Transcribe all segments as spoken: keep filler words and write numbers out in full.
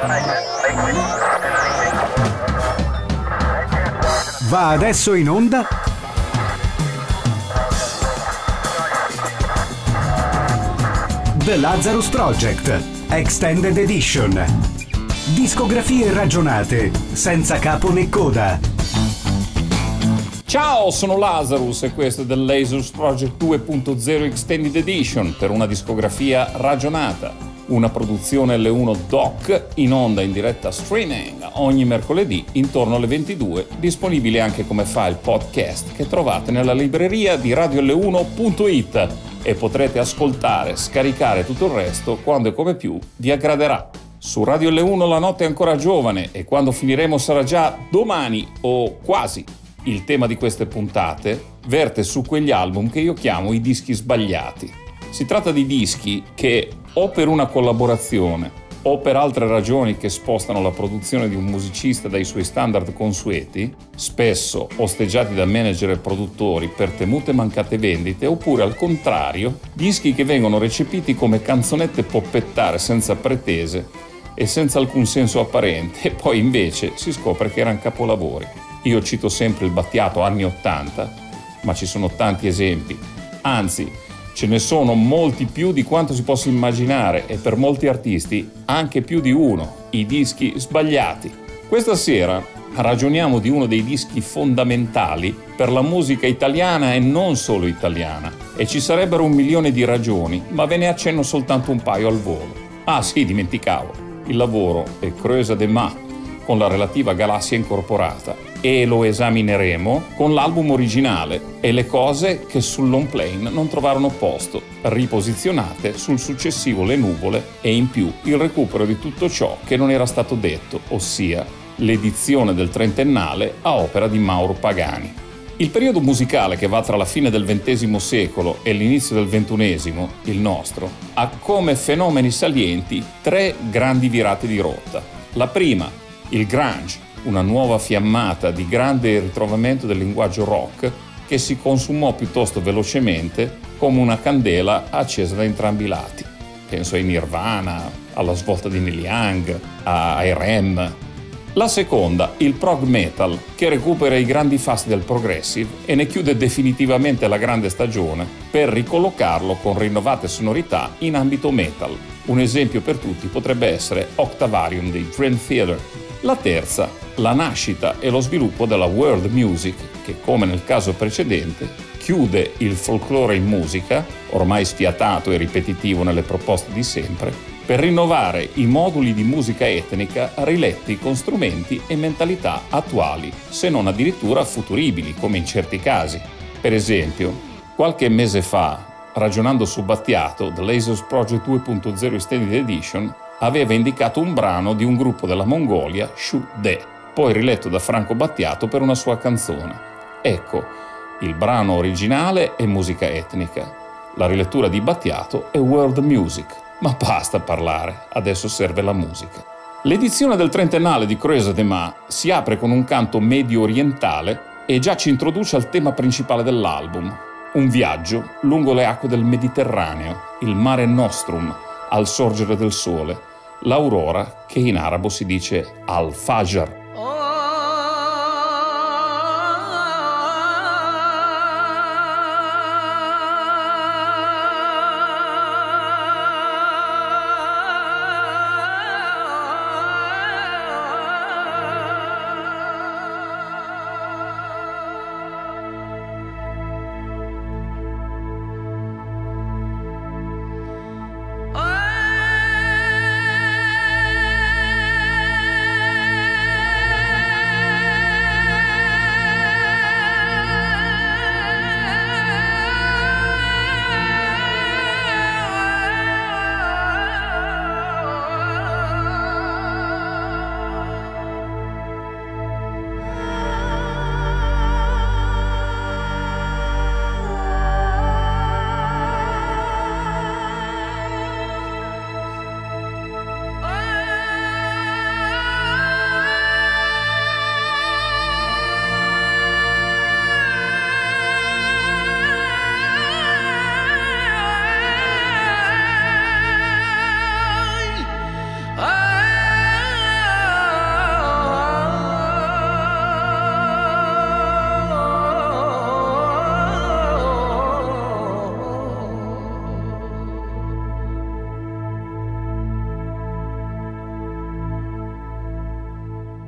Va adesso in onda The Lazarus Project Extended Edition. Discografie ragionate, senza capo né coda. Ciao, sono Lazarus e questo è The Lazarus Project due punto zero Extended Edition per una discografia ragionata. Una produzione L uno Doc in onda in diretta streaming ogni mercoledì intorno alle ventidue, disponibile anche come file podcast che trovate nella libreria di radio L uno punto it e potrete ascoltare, scaricare tutto il resto quando e come più vi aggraderà. Su Radio L uno la notte è ancora giovane e quando finiremo sarà già domani o quasi. Il tema di queste puntate verte su quegli album che io chiamo i dischi sbagliati. Si tratta di dischi che o per una collaborazione o per altre ragioni che spostano la produzione di un musicista dai suoi standard consueti, spesso osteggiati da manager e produttori per temute mancate vendite, oppure al contrario, dischi che vengono recepiti come canzonette poppettare senza pretese e senza alcun senso apparente e poi invece si scopre che erano capolavori. Io cito sempre il Battiato anni ottanta, ma ci sono tanti esempi, anzi ce ne sono molti più di quanto si possa immaginare e per molti artisti anche più di uno, i dischi sbagliati. Questa sera ragioniamo di uno dei dischi fondamentali per la musica italiana e non solo italiana, e ci sarebbero un milione di ragioni, ma ve ne accenno soltanto un paio al volo. Ah sì, dimenticavo, il lavoro è Creusa de Ma con la relativa galassia incorporata, e lo esamineremo con l'album originale e le cose che sul long plane non trovarono posto, riposizionate sul successivo Le Nuvole, e in più il recupero di tutto ciò che non era stato detto, ossia l'edizione del trentennale a opera di Mauro Pagani. Il periodo musicale che va tra la fine del ventesimo secolo e l'inizio del ventunesimo, il nostro, ha come fenomeni salienti tre grandi virate di rotta. La prima, il grunge, una nuova fiammata di grande ritrovamento del linguaggio rock che si consumò piuttosto velocemente come una candela accesa da entrambi i lati. Penso ai Nirvana, alla svolta di Neil Young, ai R E M. La seconda, il prog metal, che recupera i grandi fasti del progressive e ne chiude definitivamente la grande stagione per ricollocarlo con rinnovate sonorità in ambito metal. Un esempio per tutti potrebbe essere Octavarium dei Dream Theater. La terza, la nascita e lo sviluppo della world music, che come nel caso precedente chiude il folklore in musica, ormai sfiatato e ripetitivo nelle proposte di sempre, per rinnovare i moduli di musica etnica riletti con strumenti e mentalità attuali, se non addirittura futuribili, come in certi casi. Per esempio, qualche mese fa, ragionando su Battiato, The Lazarus Project due punto zero Extended Edition aveva indicato un brano di un gruppo della Mongolia, Shu De, poi riletto da Franco Battiato per una sua canzone. Ecco, il brano originale è musica etnica, la rilettura di Battiato è world music. Ma basta parlare, adesso serve la musica. L'edizione del trentennale di Creusa de Ma si apre con un canto medio orientale e già ci introduce al tema principale dell'album, un viaggio lungo le acque del Mediterraneo, il Mare Nostrum, al sorgere del sole, l'aurora che in arabo si dice Al-Fajr.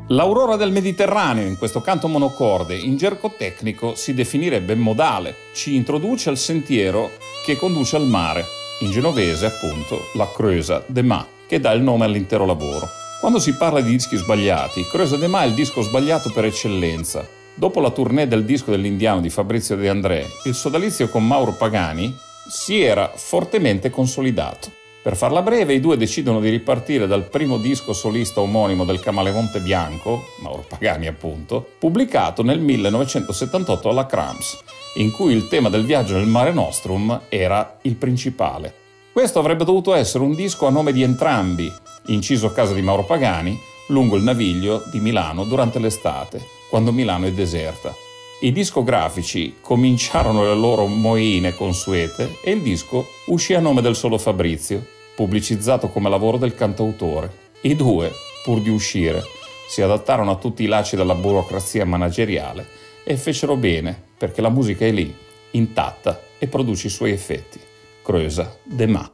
L'aurora del Mediterraneo, in questo canto monocorde, in gergo tecnico si definirebbe modale, ci introduce al sentiero che conduce al mare, in genovese appunto la Creusa de Mas, che dà il nome all'intero lavoro. Quando si parla di dischi sbagliati, Creusa de Mas è il disco sbagliato per eccellenza. Dopo la tournée del disco dell'Indiano di Fabrizio De André, il sodalizio con Mauro Pagani si era fortemente consolidato. Per farla breve, i due decidono di ripartire dal primo disco solista omonimo del Camaleonte Bianco, Mauro Pagani appunto, pubblicato nel millenovecentosettantotto alla Cramps, in cui il tema del viaggio nel Mare Nostrum era il principale. Questo avrebbe dovuto essere un disco a nome di entrambi, inciso a casa di Mauro Pagani, lungo il Naviglio di Milano durante l'estate, quando Milano è deserta. I discografici cominciarono le loro moine consuete e il disco uscì a nome del solo Fabrizio, pubblicizzato come lavoro del cantautore. I due, pur di uscire, si adattarono a tutti i lacci della burocrazia manageriale e fecero bene, perché la musica è lì, intatta, e produce i suoi effetti. Creusa de Mas.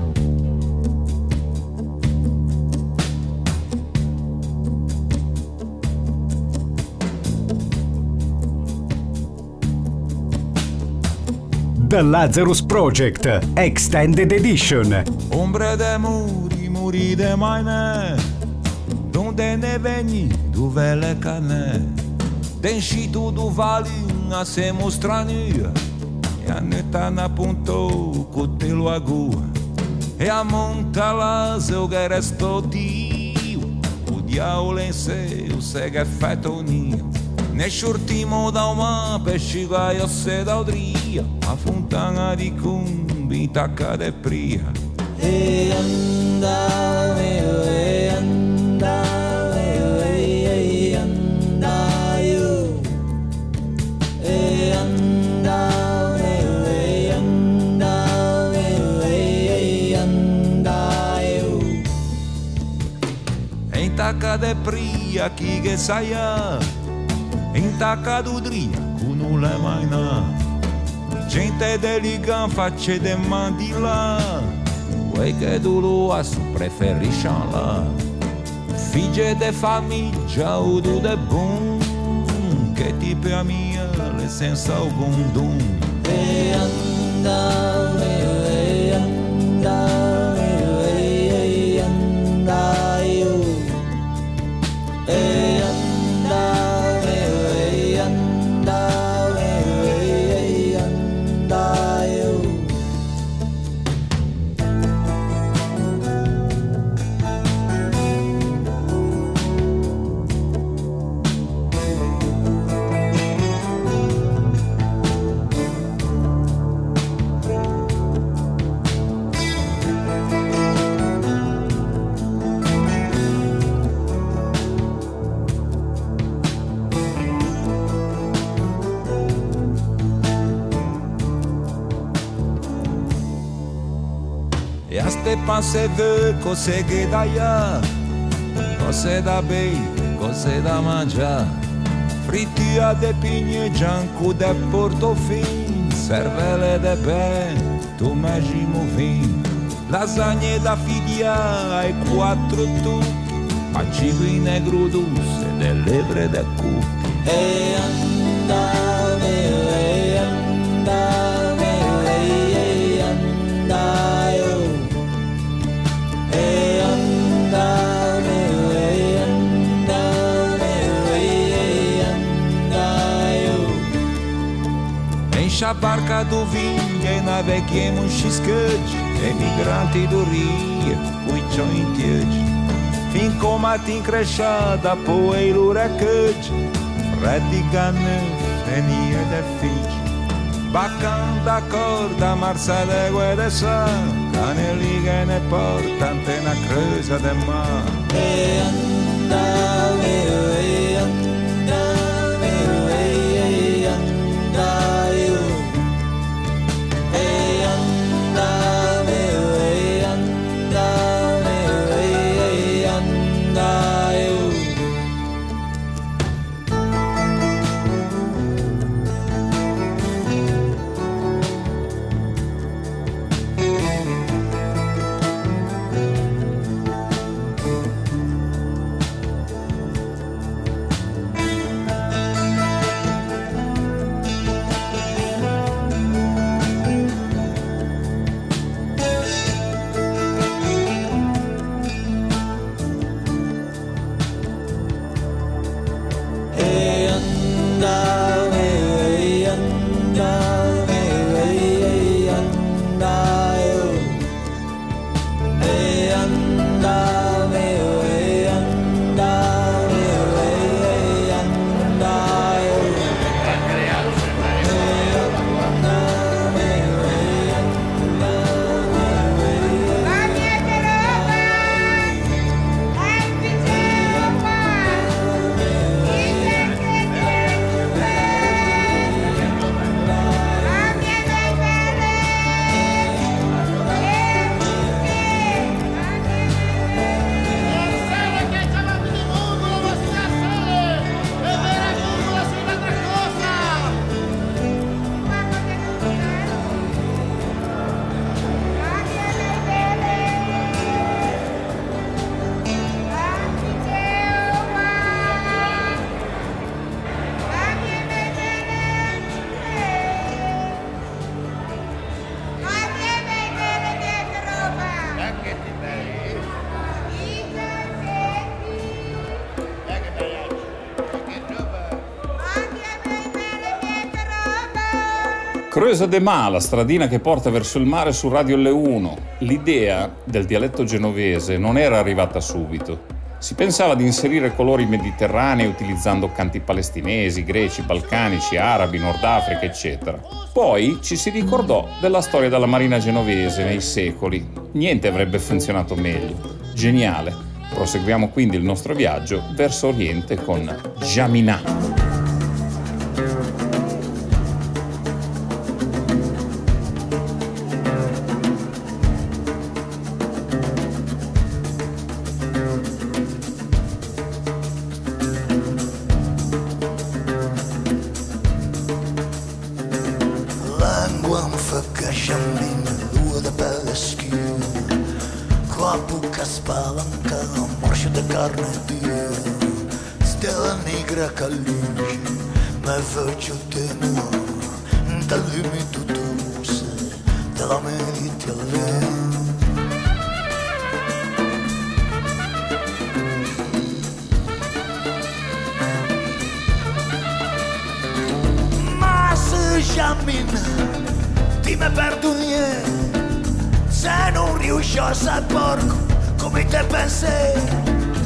The Lazarus Project Extended Edition. Ombre de muri, muri de maine, donde ne veni, dove le cane, denșitu du valina se mostrania, e a neta na punto cotelo agua, e a monta las eu geresto dio, o diavolo in se o sega fetonia. Ne șurtimo da uma pescigaio se da odria, a fontana di cumbi tacca de pria. E anda, e anda, e anda, io. E anda, e anda, e anda, io. E in tacca de pria chi che saia, in tacca d'udria cu nu le mai na. Gente deligan face de mandila, uei che dulua su preferiscian la. Figlie de famiglia o du de bun, che tipe a mia le senza o bundum. E anda, e anda, e anda, io. E anda. E a stepa se vê cose che daia, cose da bei, cose da mangiare. Frittia de pigne, gianco de portofin, cervele de ben, tu magimo vin. Lasagne da figlia ai quattro tucchi, a cibo in negro dulce del lebre de cucchi. E anda, e anda, e anda, io. E anda, e anda, e anda, io. Enche a barca do vinho e naveguemos xiscade, emigranti do rio, cuichão em tiede. Fim com matim crechada, poeiro recade, redigane, fenia de fide. Bacan da corda, marça de guedeça, cane liga ne porta, antena Creusa de Mas. E anda, e anda, e anda, io. E anda, e anda, e anda, io. Creusa de Mar, la stradina che porta verso il mare su Radio L uno. L'idea del dialetto genovese non era arrivata subito. Si pensava di inserire colori mediterranei utilizzando canti palestinesi, greci, balcanici, arabi, Nord Africa, eccetera. Poi ci si ricordò della storia della marina genovese nei secoli. Niente avrebbe funzionato meglio. Geniale. Proseguiamo quindi il nostro viaggio verso Oriente con Jaminà. Ti me perdoni se non riusci a essere porco come te pensi.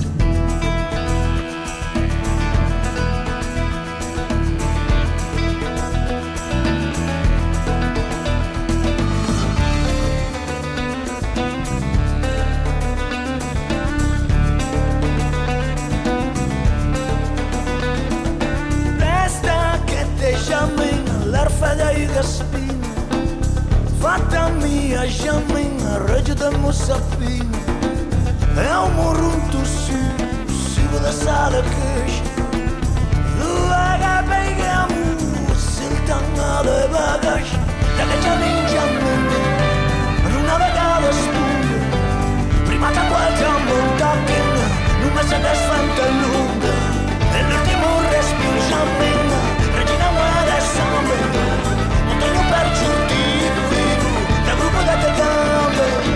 Fatta mia jamina, regio da Mossapina. É um morunto su, su da sala que Luaga pegamo, siltanga de bagagem. Da che c'è l'ingiamina, non navegava spunta. Prima da qualche montagna, non mi sa desfanta lunga. E l'ultimo respiro jamina, regina muore samba. Montanho per giunti vivo, da gruppo da te gambe.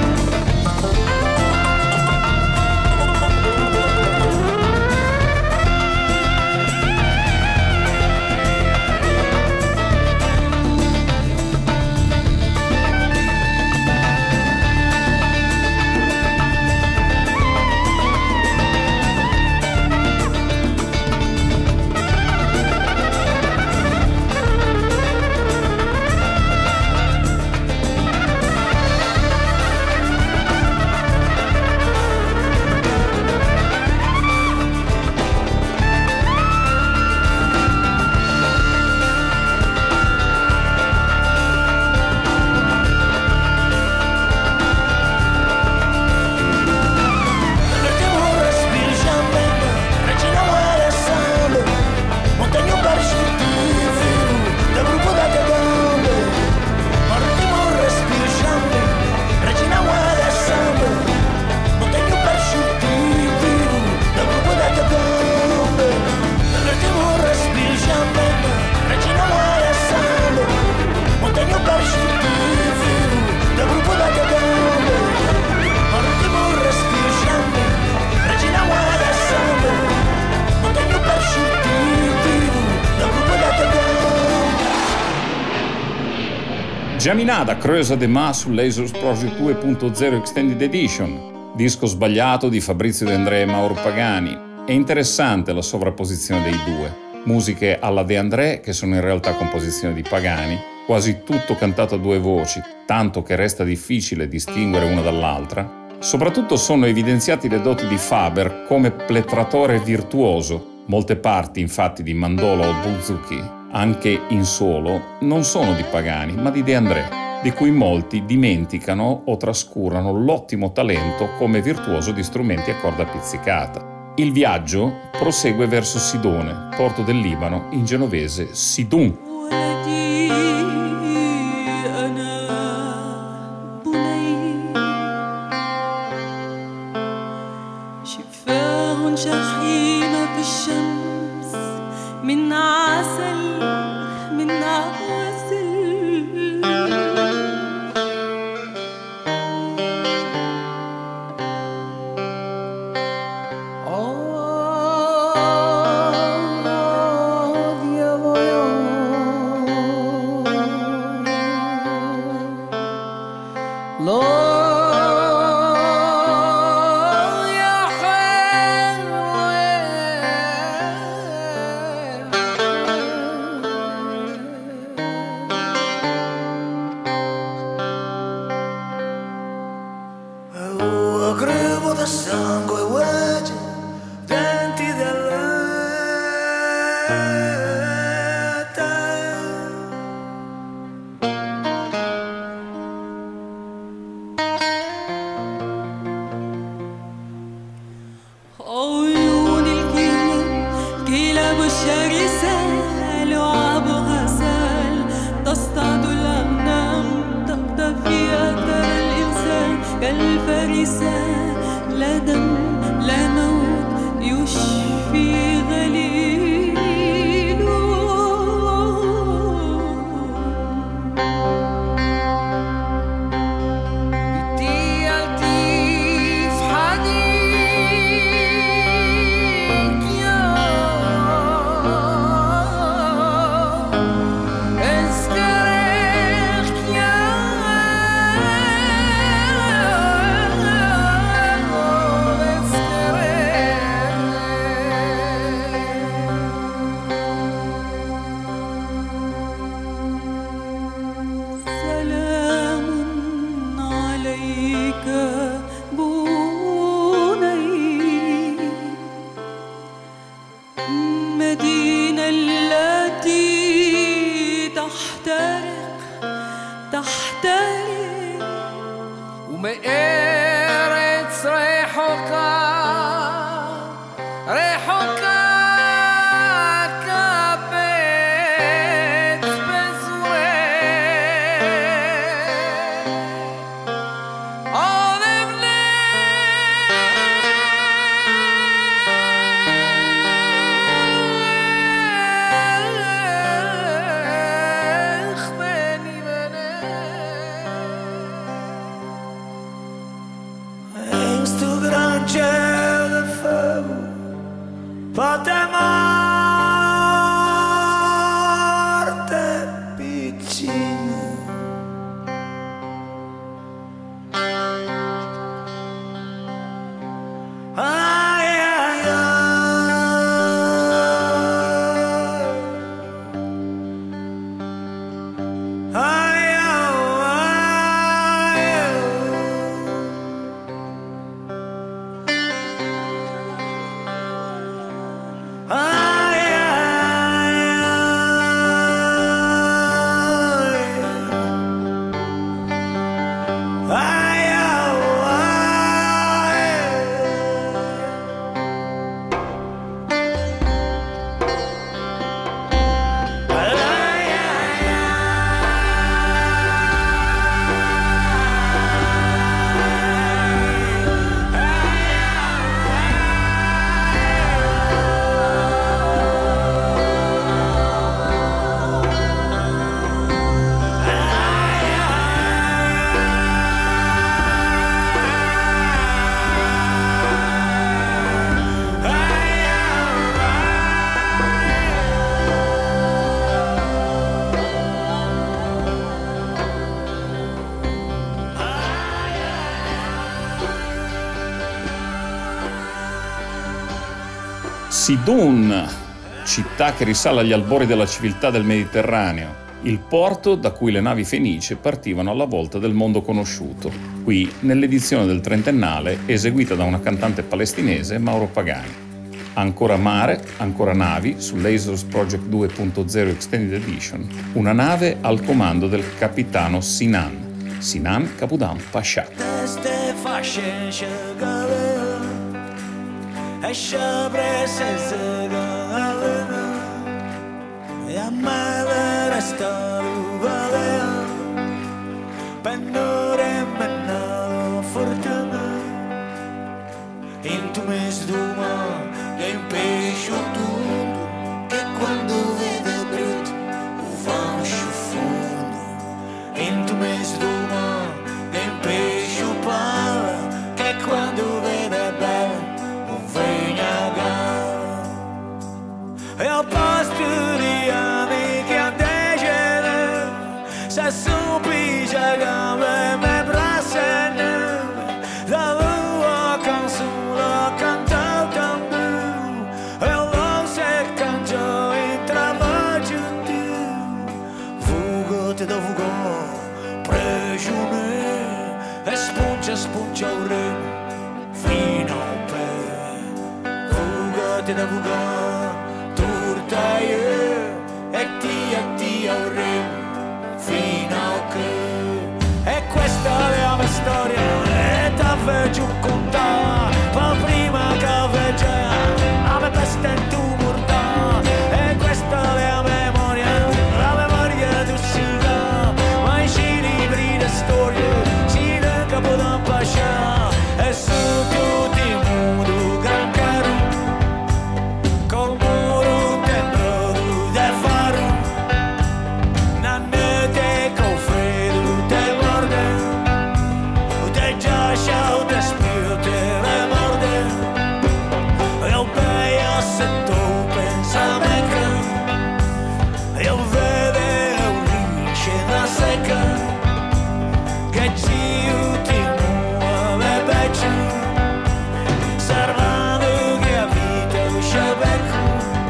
Jaminà da Creusa de Mar su Lasers Project due punto zero Extended Edition, disco sbagliato di Fabrizio De André e Mauro Pagani. È interessante la sovrapposizione dei due, musiche alla De André che sono in realtà composizioni di Pagani, quasi tutto cantato a due voci, tanto che resta difficile distinguere una dall'altra. Soprattutto sono evidenziati le doti di Faber come pletratore virtuoso. Molte parti infatti di Mandola o Buzuki, anche in solo, non sono di Pagani, ma di De André, di cui molti dimenticano o trascurano l'ottimo talento come virtuoso di strumenti a corda pizzicata. Il viaggio prosegue verso Sidone, porto del Libano, in genovese Sidun. lacrime di sangue uegge denti dell'età. عيون الكلاب كلاب الشر سال وعبر سال تصطاد الأغنام تقطف في أثر الإنسان كالفرسان لا دم لا موت يشفي غليل بدي ألطيف حديك يا اسكرك يا سلام عليك بني مدينة التي تحترق تحترق ومقارت ريحك ريحك كبت بزرق عالمني اخباني Em sto gran cielo de fuego, fate morte piccina. Ai ai ai, ai ai ai, ai ai ai. Sidon, città che risale agli albori della civiltà del Mediterraneo, il porto da cui le navi fenicie partivano alla volta del mondo conosciuto, qui nell'edizione del trentennale eseguita da una cantante palestinese, Mauro Pagani. Ancora mare, ancora navi, su Lasers Project due punto zero Extended Edition, una nave al comando del capitano Sinan, Sinan Cabudan Pasha. Teste fasce șăgălă, așa prese zăgălă, ea mai vă răstăruvală, penure menală fortână, in tu mes duma, che in pesce tundo, che quando vede brutto, o fascio fondo, in tu mes duma, che in pesce pala, che quando vede bello, o vegna gala. E al posto di amici a decene, se supi giagame me brasene, da lua canzone cantata. gente da buca, turta io, e ti e ti avremo fino a che. E questa è la mia storia, e t'avve giù conta, ma prima che veggia, a me peste in tu morta. E questa è la memoria, la memoria tu siga, ma i libri di storie, si da capo da pascia, e su tutti i mondo gran caro, col muro dentro de faro, nannete col freddo te morde, te giaccia te spirite le morde, io beia se tu pensa me che, io vede un rince na secca, che ci ti muove becci, servando che a vita usce becco.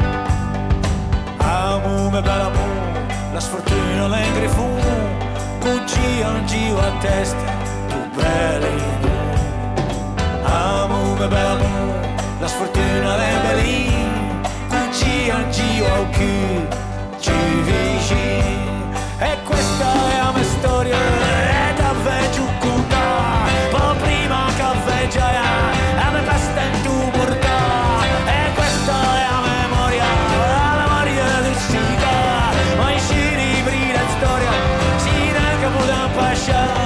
Amo me bella mu, la sfortuna l'engri fu, cuccia un giro a testa, tu belli. Amo me bella mu, la sfortuna l'engri lì, cuccia un giro a chi ci vicini. E questa è la mia storia, e da giù conta, ma prima che veggia, a me basta in tu porta. E questa è la memoria, la memoria di siga, ma i libri di storia, si da capo da pascia.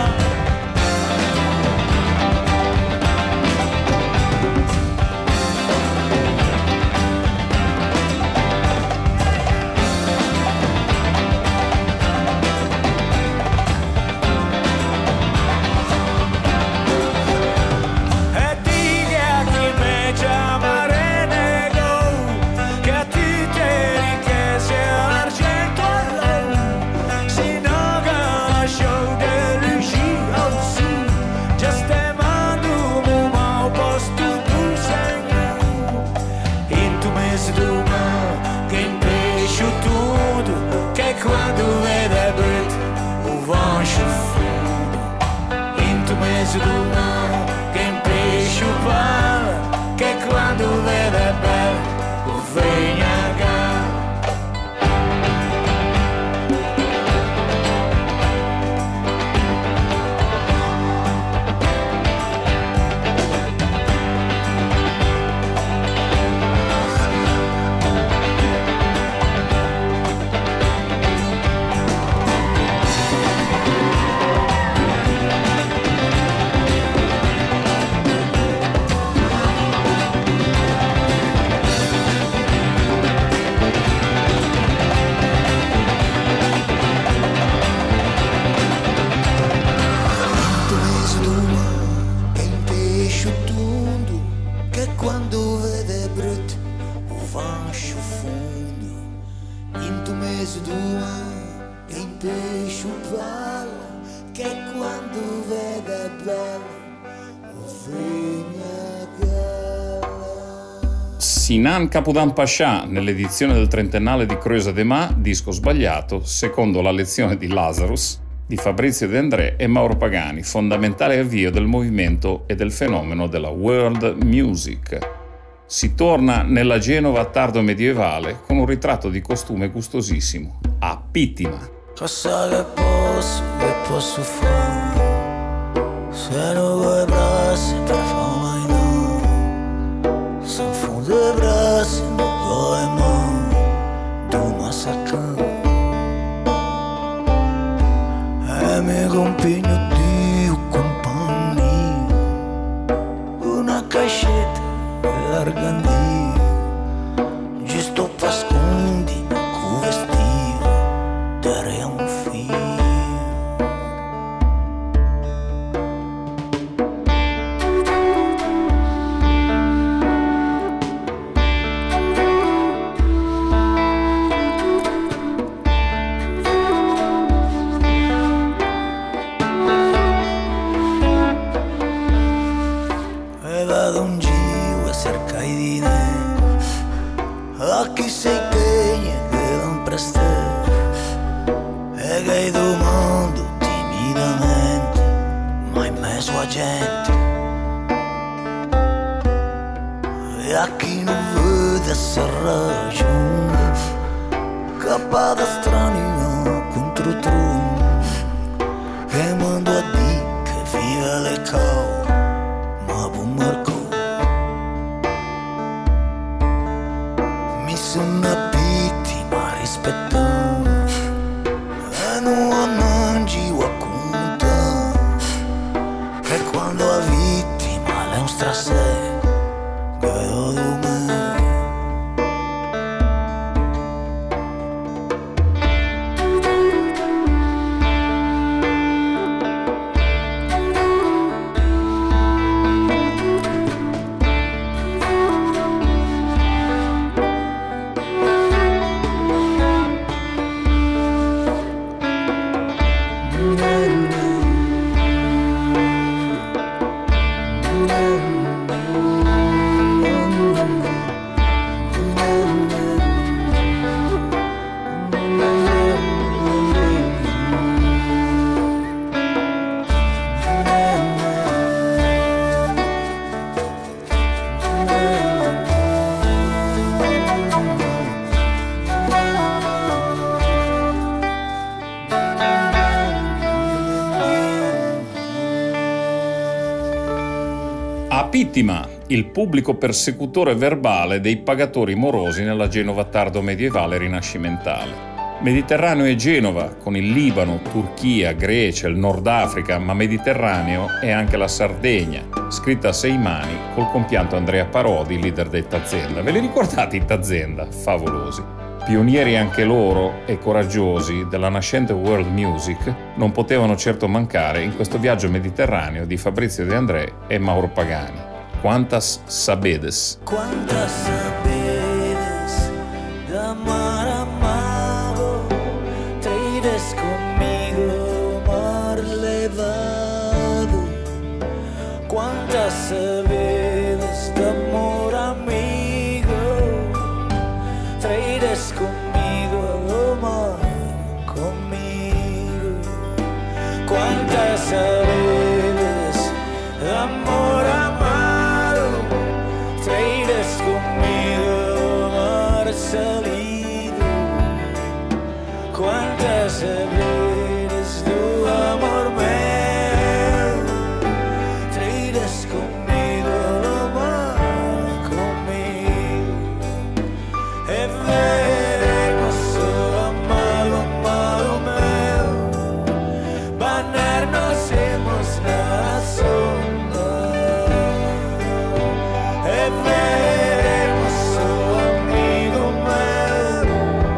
E di che a chi me chiamare nego, che a ti te ricchezza l'argento all'oro, si no che lascio che riuscirò su, già stemando mu mau posto tu segno, in tu mese tu ma, che in pesce tutto, che quando vede brit, o vanche fundo, in tu mese tu ma, che in pesce pala, che quando vede bel, o vegna gara. Che quando vede brut o fascio fundo, in tu mese due, che in pesce palla, che quando vede bello o figna galla. Sinan Capodan Pascià nell'edizione del trentennale di Creusa de Ma, disco sbagliato, secondo la lezione di Lazarus, di Fabrizio De André e Mauro Pagani, fondamentale avvio del movimento e del fenomeno della world music. Si torna nella Genova tardo medievale con un ritratto di costume gustosissimo, a Pittima. Cosa che posso, che posso fare, se non vuoi braccia per fare no, se fonde braccia non vuoi mai, tu mi saccano. E mi compagno di compagnia, una cascetta larga giusto per scondi con vestito dare un figlio. E vado un giro a cercare di ne, a chi sei pegna che non presta, e che domando timidamente, ma in mezzo a gente, e a chi non vede se ragione capada strana contro trono e mando a di che vive le cau ma buon Marco mi sono una vittima rispettata e non mangi a conta e quando la vittima è un strasè Pittima, il pubblico persecutore verbale dei pagatori morosi nella Genova tardo medievale rinascimentale. Mediterraneo e Genova, con il Libano, Turchia, Grecia, il Nord Africa, ma Mediterraneo è anche la Sardegna, scritta a sei mani col compianto Andrea Parodi, leader dei Tazenda. Ve li ricordate i Tazenda? Favolosi. Pionieri anche loro e coraggiosi della nascente world music, non potevano certo mancare in questo viaggio mediterraneo di Fabrizio De André e Mauro Pagani. Quantas sabedes. Quantas sabedes de amar amado, traídes conmigo mar levado. Quantas sabedes de amor amigo, traídes conmigo mar conmigo. Quantas sabedes de amor amado, traídes conmigo mar salido. Quantas sabedes do amor meu, traídes conmigo mar comigo. E veremos o amado, amado meu, banar-nos hemos na sombra. E veremos o amigo meu,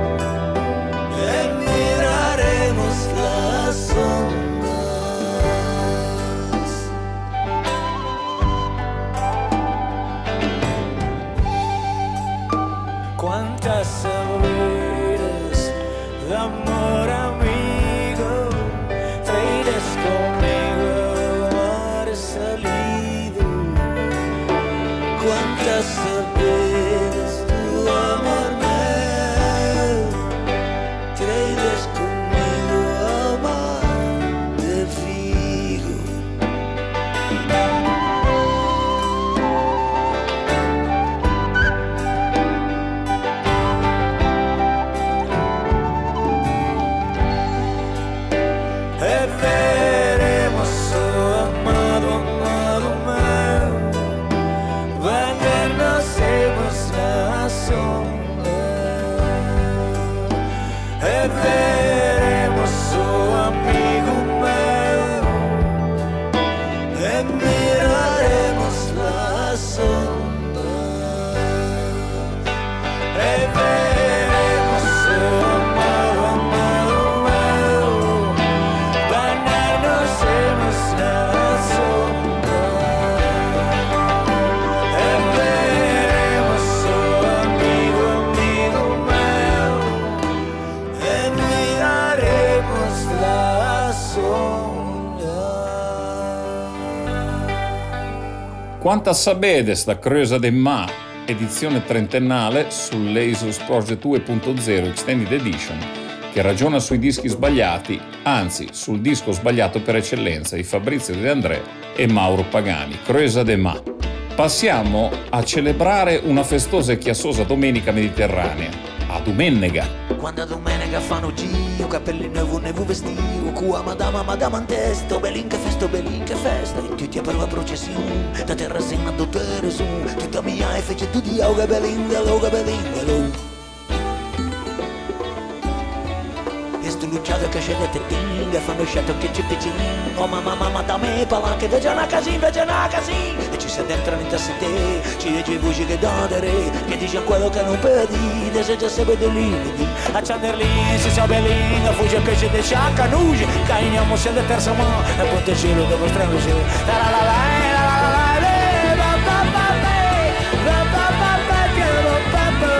e miraremos las ondas. Quantas saberes de amor amigo, traídes conmigo mar salido. Quantas saberes do amor meu, traídes comigo ao mar de Vigo. E veremos o amado, amado meu, banar-nos hemos na sombra. E veremos o amigo meu, e miraremos las ondas. E veremos o amado, amado meu, banar-nos hemos na sombra. E veremos o amigo, amigo meu, e miraremos las ondas. Quantas sabedes da Creusa de Ma, edizione trentennale sull'Asus Project due punto zero Extended Edition, che ragiona sui dischi sbagliati, anzi sul disco sbagliato per eccellenza di Fabrizio De André e Mauro Pagani, Creusa de Ma. passiamo a celebrare una festosa e chiassosa domenica mediterranea, a Dumennega. Quando a domenica fanno giro, capelli nuovi, nuovi vestiti, qua madama, madama in testa, belin che festa, belin che festa, e tutti per la processione, da terra sino a dottore su, tutta mia e fece tutti auga belingalo, auga belingalo. E sto lucciato che scende te tinga, fanno scelto che ci piccino, oh mamma, mamma, da me, parla che vedo una casina, vedo una casina, e ci sei dentro in testa te, ci leggi voci che dare, che dice quello che non perdi, se già sempre dei limiti, a Cianderlin, si sa belin, fugge che ci deixa canuge, cainiamo se da terza mano, e ponte cielo dove strano c'è, la la la la la la la la la pa pa pa la pa pa pa che lo pa pa.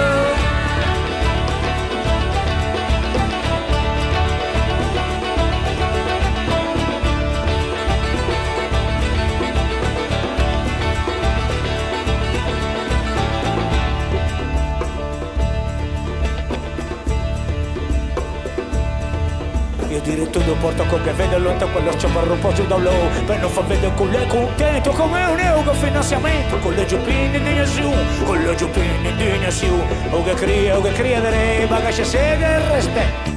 Io diretto porto con che vede lontano quello sciaparro posto da low per non far vedere con lei contento come un euro finanziamento con le giuppine indignazione con le giuppine indignazione o che cria o che cria delle bagaglie sede e rispetto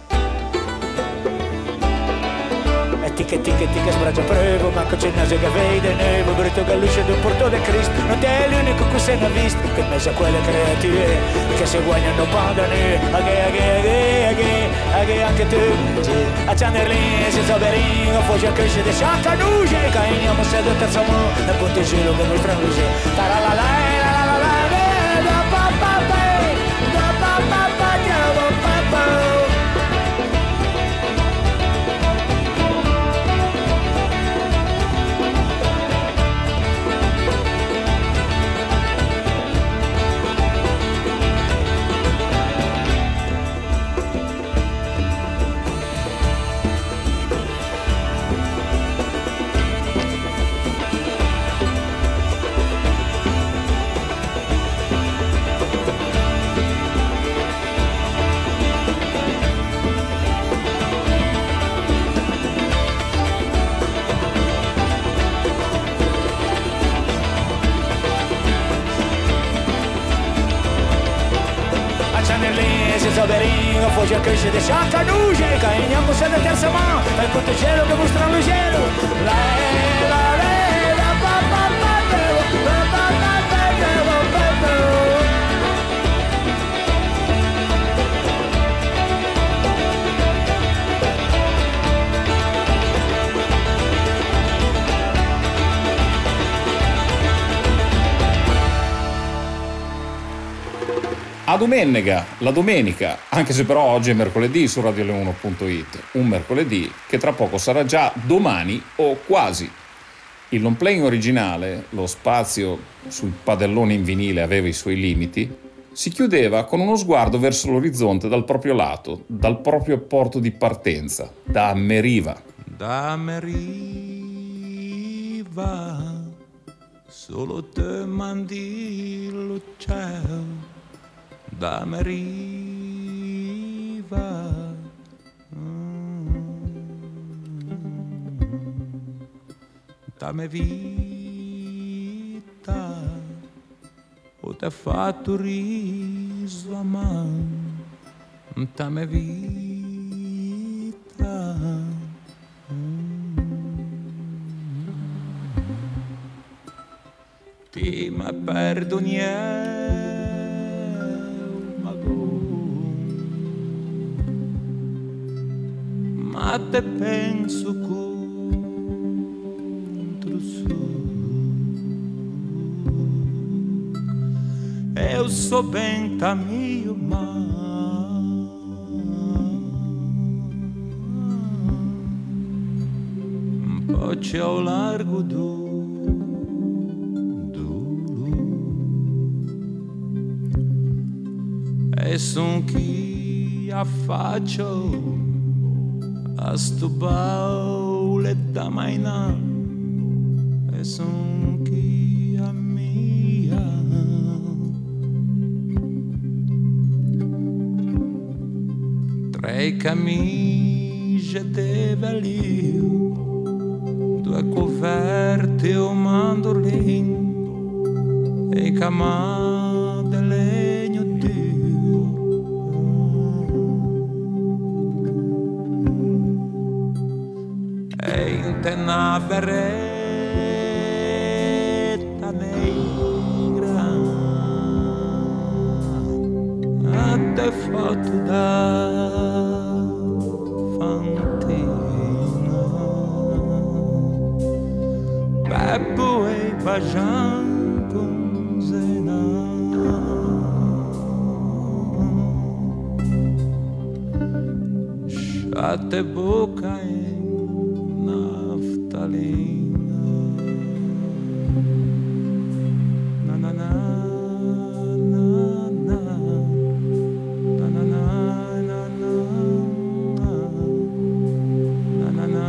e ticche ticche ticche sbragia prevo manco c'è nase che vede nevo brutto che luce del porto del Cristo non è l'unico che se ne ha visto che mezzo a quelle creative che se guadagnano pandane aghe aghe aghe aghe aghe anche tu a Cianderlin si sa belin foggia che ci deixa canuge cainiamo se da terza mano e ponte cielo che nostra luce la la la la la la la la pa pa pa la pa pa pa che lo pa pa. Soberino, foggia che ci deixa canuge, cainiamo se da terza mano, e con te cielo che mostra lo cielo. La la la la pa pa pa la pa pa pa la pa pa. A Dumennega, la domenica, anche se però oggi è mercoledì su radio le uno punto it, un mercoledì che tra poco sarà già domani o quasi. Il long playing originale, lo spazio sul padellone in vinile aveva i suoi limiti, si chiudeva con uno sguardo verso l'orizzonte dal proprio lato, dal proprio porto di partenza, da Meriva. Da Meriva, solo te mandi lo cielo. Da Meriva, mm, da me vita, o te fatto riso a mano, da me vita, mm, ti me perdoniere. Ma te penso contro su eu so ben ta mio ma un po' c'è ao largo do e son chi affaccio a sto baule da mainà e son chi a mia tre camicie de velio due coperte o mandolin e camà del legno Dio. E in te una berretta negra a te fatto da Bebbo e bajan con zena Sciate bocca e naftalina Na na na na na Na na na na na Na na na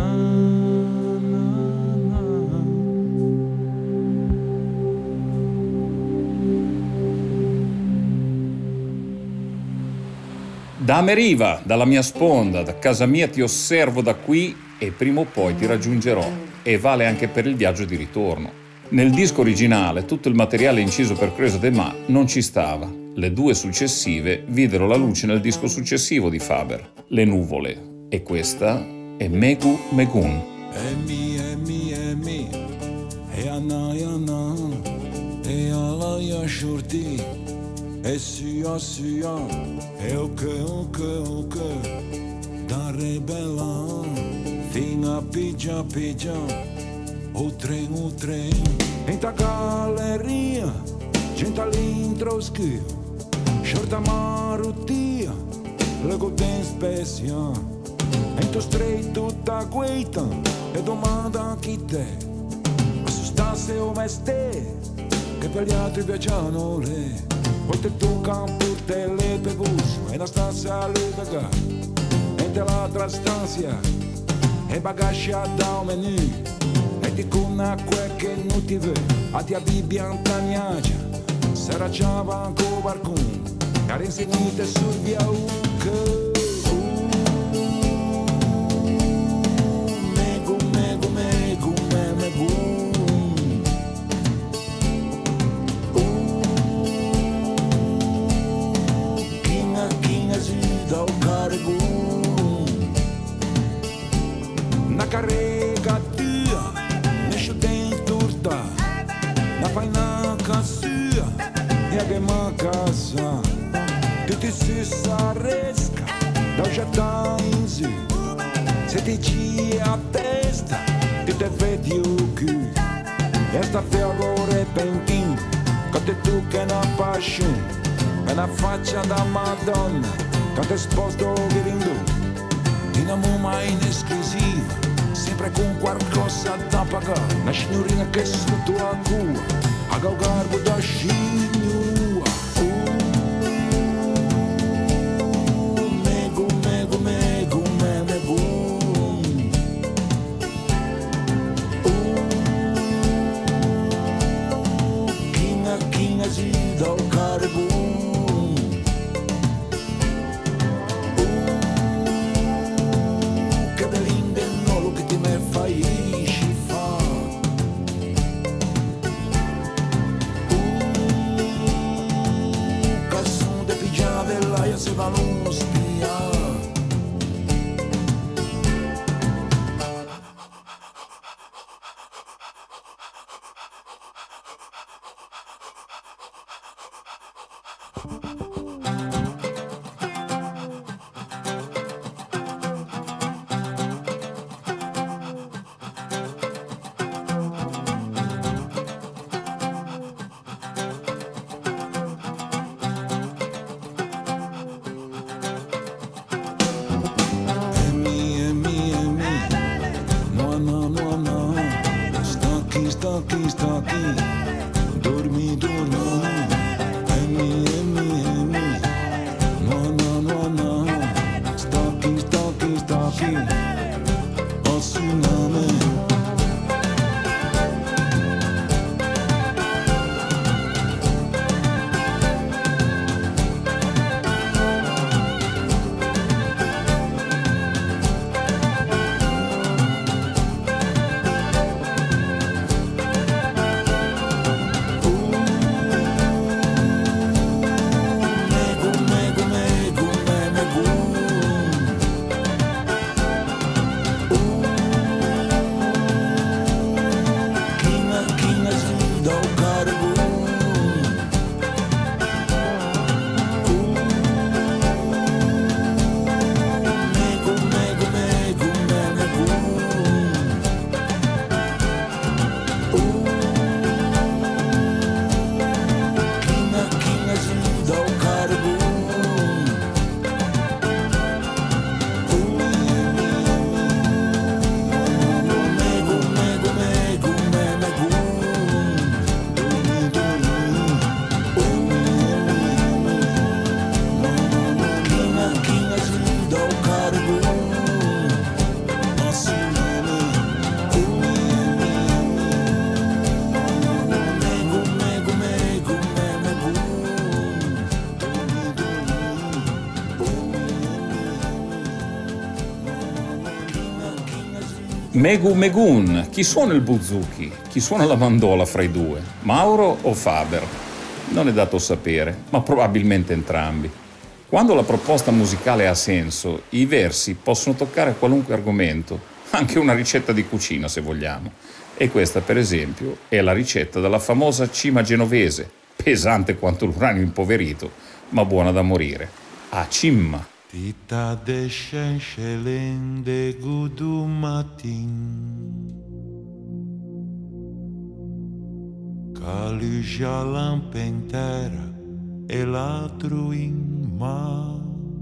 Da Ameriva, dalla mia sponda, da casa mia ti osservo da qui e prima o poi ti raggiungerò, e vale anche per il viaggio di ritorno. Nel disco originale tutto il materiale inciso per Creusa de Ma non ci stava. Le due successive videro la luce nel disco successivo di Faber, Le Nuvole, e questa è Megu Megun. Emi, emi, emi, e ana, e ana, e ala, ya shurti. E sia sia, e ok ok ok, da rebella, fino a pigia pigia, o trem o trem, in ta galleria, gente all'intro schio, shorta marutia, le golden specia, in to straight tutta guita, e domanda a chi te, ma su stasse o meste, che per gli altri viaggiano le. Poi te toccano tutte le pebus, e la stanza le vaga, e dall'altra stanza, e bagaggi da un menù, e di con acqua che non ti vede, a ti abbia antaniagia, se racciava anche un barcone, e a rinsegnite sul via Uca. Megu, megu, megu, me, megu. Dal caribou na carrega tua nesce dentro turta na faina cassia e a gema casa tu ti si saresca da já tá in su se ti ci a testa tu te vedi o cu esta ferro repentino che te tu che na passione e na faccia da Madonna che ti sposto vivendo in una inesclusiva, sempre con qualcosa da pagare, una signorina che sotto a cua, a garbo da scignua. Uh, megu, megu, megu, me, megu. Uh, china, china, si dal caribou. Se va non spia Sta qui, dormi, dormi, emi, emi, emi. Megu Megun, chi suona il buzuki? Chi suona la mandola fra i due? Mauro o Faber? Non è dato sapere, ma probabilmente entrambi. Quando la proposta musicale ha senso, i versi possono toccare qualunque argomento, anche una ricetta di cucina se vogliamo. E questa, per esempio, è la ricetta della famosa cima genovese, pesante quanto l'uranio impoverito, ma buona da morire. A cimma. Tita de Shenshelen de Gudu Matin Caluja lampentera e l'altro in ma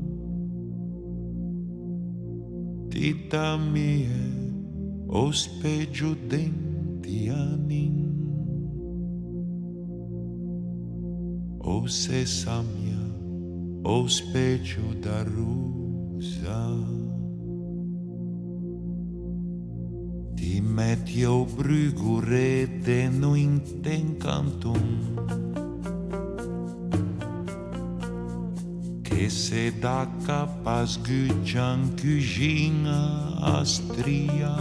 Tita mia ospeggio denti anin O se samia o specchio da rosa ti metti o brugurete no inten canton che se da capas gugian cucina astria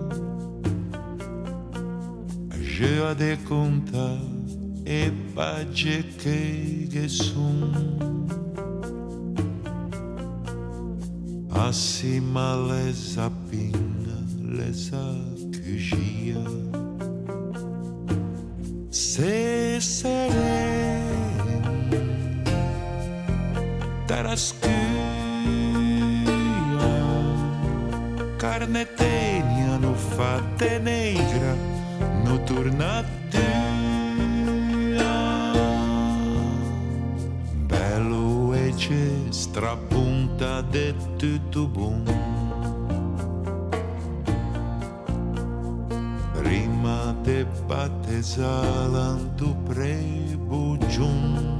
je a de conta e pace che che son Acima les apina, les acugia Se seren Tarascuia Carne tegna no fate negra No tornatua Bello e c'è strapunta de tutto buon Prima de battesalan tu prebugiun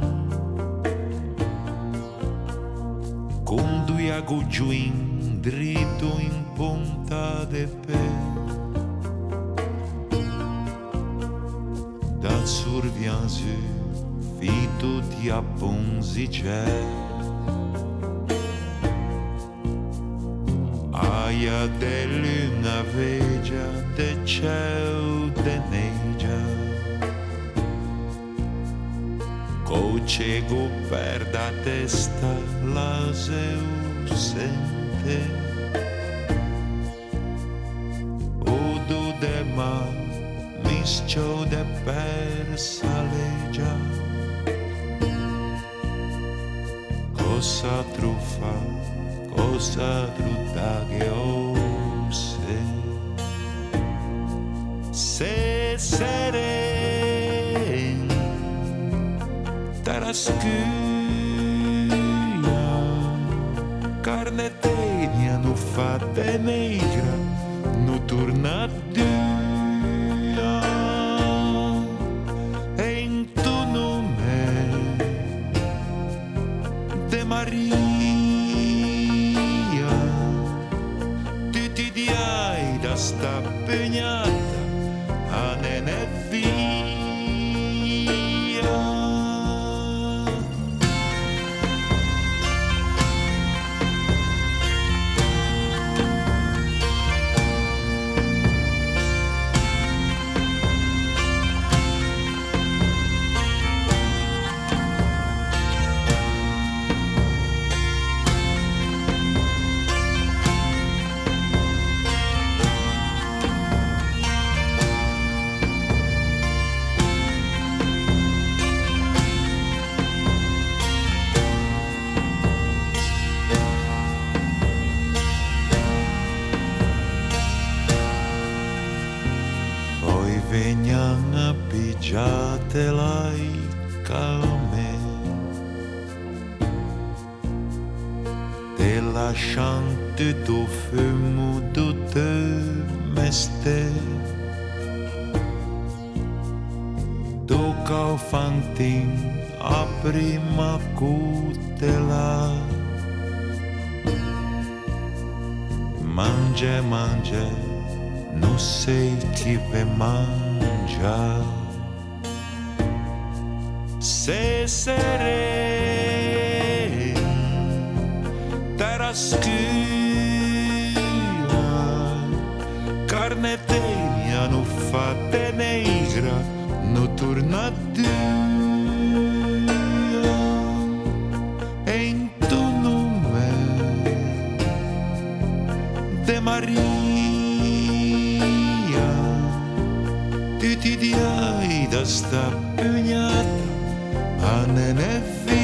Con due agugiuin dritto in punta de pe Dal survianzu fito di apponzi c'è Aia de luna vegia de ciel de negia Coce guperda testa la seu sente Odo de ma miscio de persa legia Cosa truffa Cosa trutta che ose Se seren Tarascuia Carne tegna no fate negra No tornatua E in tu nome De Maria sta pegnata a nene via Vegnan pigiate laicame Te lasciante tu fumo tu te meste Tu caufantin a prima cutela Mangia, mangia Non sei chi ve mangia Se seren Tarascuia fatte negra non torna più. E in tu nome de Maria tu ti diai da sta pugnata a nene via.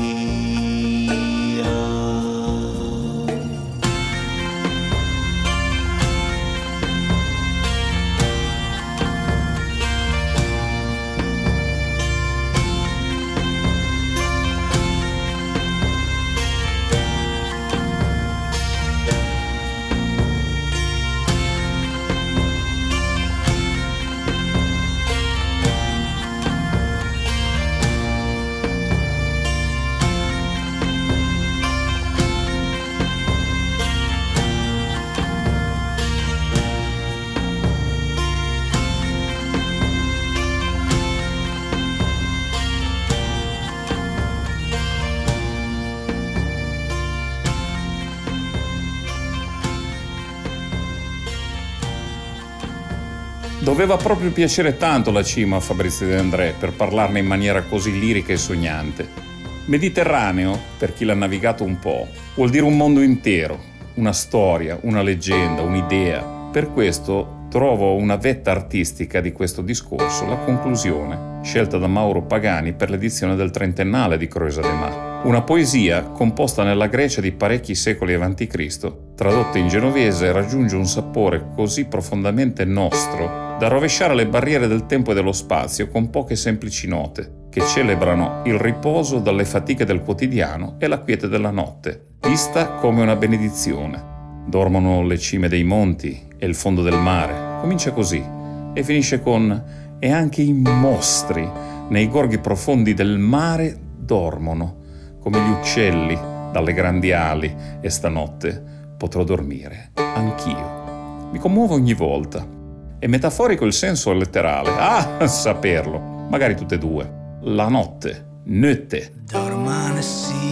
Doveva proprio piacere tanto la cima a Fabrizio De André per parlarne in maniera così lirica e sognante. Mediterraneo, per chi l'ha navigato un po', vuol dire un mondo intero, una storia, una leggenda, un'idea. Per questo trovo una vetta artistica di questo discorso, la conclusione, scelta da Mauro Pagani per l'edizione del trentennale di Creusa de Mar. Una poesia composta nella Grecia di parecchi secoli avanti Cristo, tradotta in genovese, raggiunge un sapore così profondamente nostro da rovesciare le barriere del tempo e dello spazio con poche semplici note, che celebrano il riposo dalle fatiche del quotidiano e la quiete della notte, vista come una benedizione. Dormono le cime dei monti e il fondo del mare. Comincia così e finisce con «E anche i mostri nei gorghi profondi del mare dormono, come gli uccelli dalle grandi ali, e stanotte potrò dormire anch'io». Mi commuovo ogni volta. È metaforico il senso letterale? Ah, saperlo! Magari tutte e due. La notte, notte. Dormane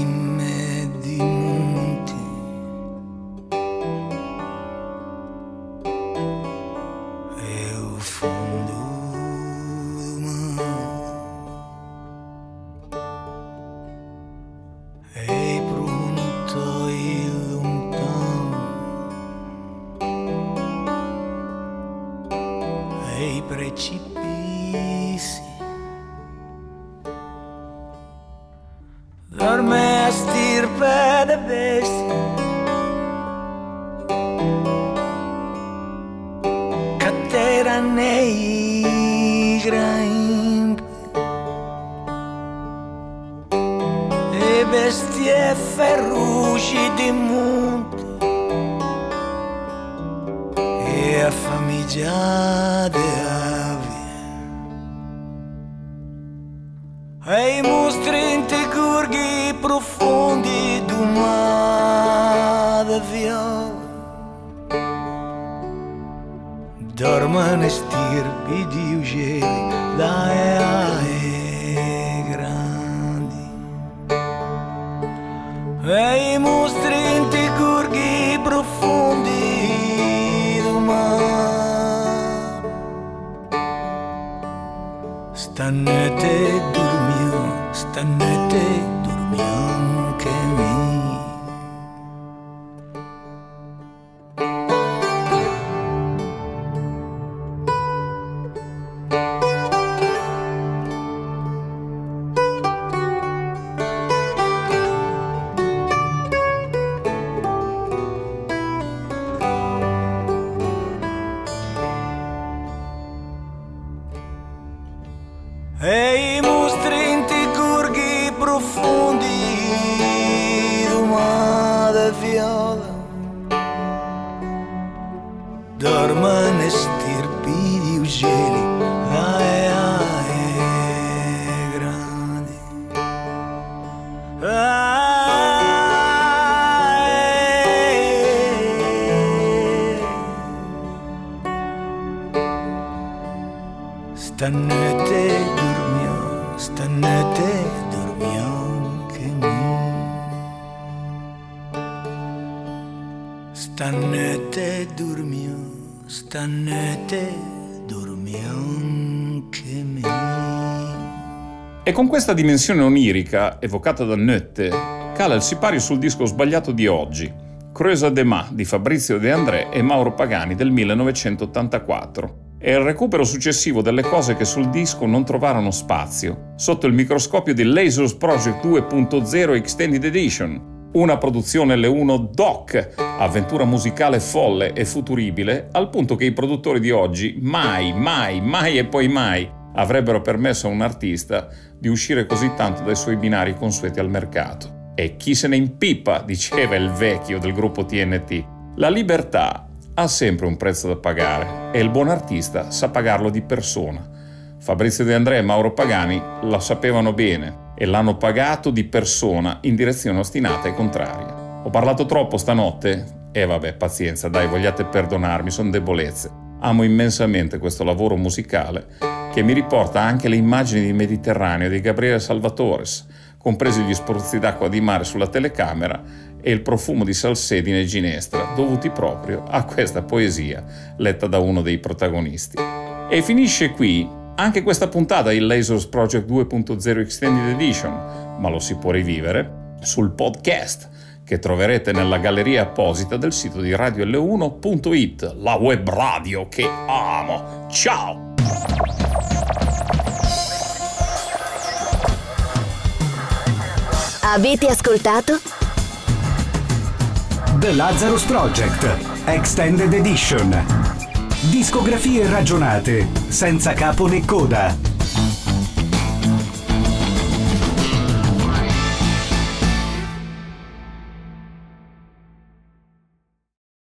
cime di monti e o fondo do mar e pronto il lontano e i precipizi dorme a stirpe de bestia catera negra impe e bestie feroci di monte e a famiglia de ave e i mostri in te gorghi profondi do mar de viola dormano stirpi di ugelli da e grandi e i mostri in te gorghi profondi do mar stanotte dormiamo, stanotte dormiamo anche me. E i mostri in te gorghi profondi do mar de viola dormano stirpi di ugelli ae ae grandi ae stanotte stanotte dormiamo anche me. Stanotte dormiamo, stanotte dormiamo. anche me. E con questa dimensione onirica, evocata da Notte, cala il sipario sul disco sbagliato di oggi, Creusa de Ma di Fabrizio De André e Mauro Pagani del millenovecentottantaquattro. È il recupero successivo delle cose che sul disco non trovarono spazio, sotto il microscopio di Lasers Project due punto zero Extended Edition, una produzione L uno doc, avventura musicale folle e futuribile, al punto che i produttori di oggi mai, mai, mai e poi mai avrebbero permesso a un artista di uscire così tanto dai suoi binari consueti al mercato. E chi se ne impippa, diceva il vecchio del gruppo T N T. La libertà ha sempre un prezzo da pagare e il buon artista sa pagarlo di persona. Fabrizio De André e Mauro Pagani lo sapevano bene e l'hanno pagato di persona in direzione ostinata e contraria. Ho parlato troppo stanotte? E vabbè, pazienza, dai, vogliate perdonarmi, sono debolezze. Amo immensamente questo lavoro musicale che mi riporta anche le immagini di Mediterraneo di Gabriele Salvatores, compresi gli spruzzi d'acqua di mare sulla telecamera e il profumo di salsedine e ginestra, dovuti proprio a questa poesia letta da uno dei protagonisti. E finisce qui anche questa puntata di Lasers Project due punto zero Extended Edition, ma lo si può rivivere sul podcast che troverete nella galleria apposita del sito di radio L uno punto it, la web radio che amo. Ciao! Avete ascoltato? The Lazarus Project Extended Edition. Discografie ragionate, senza capo né coda.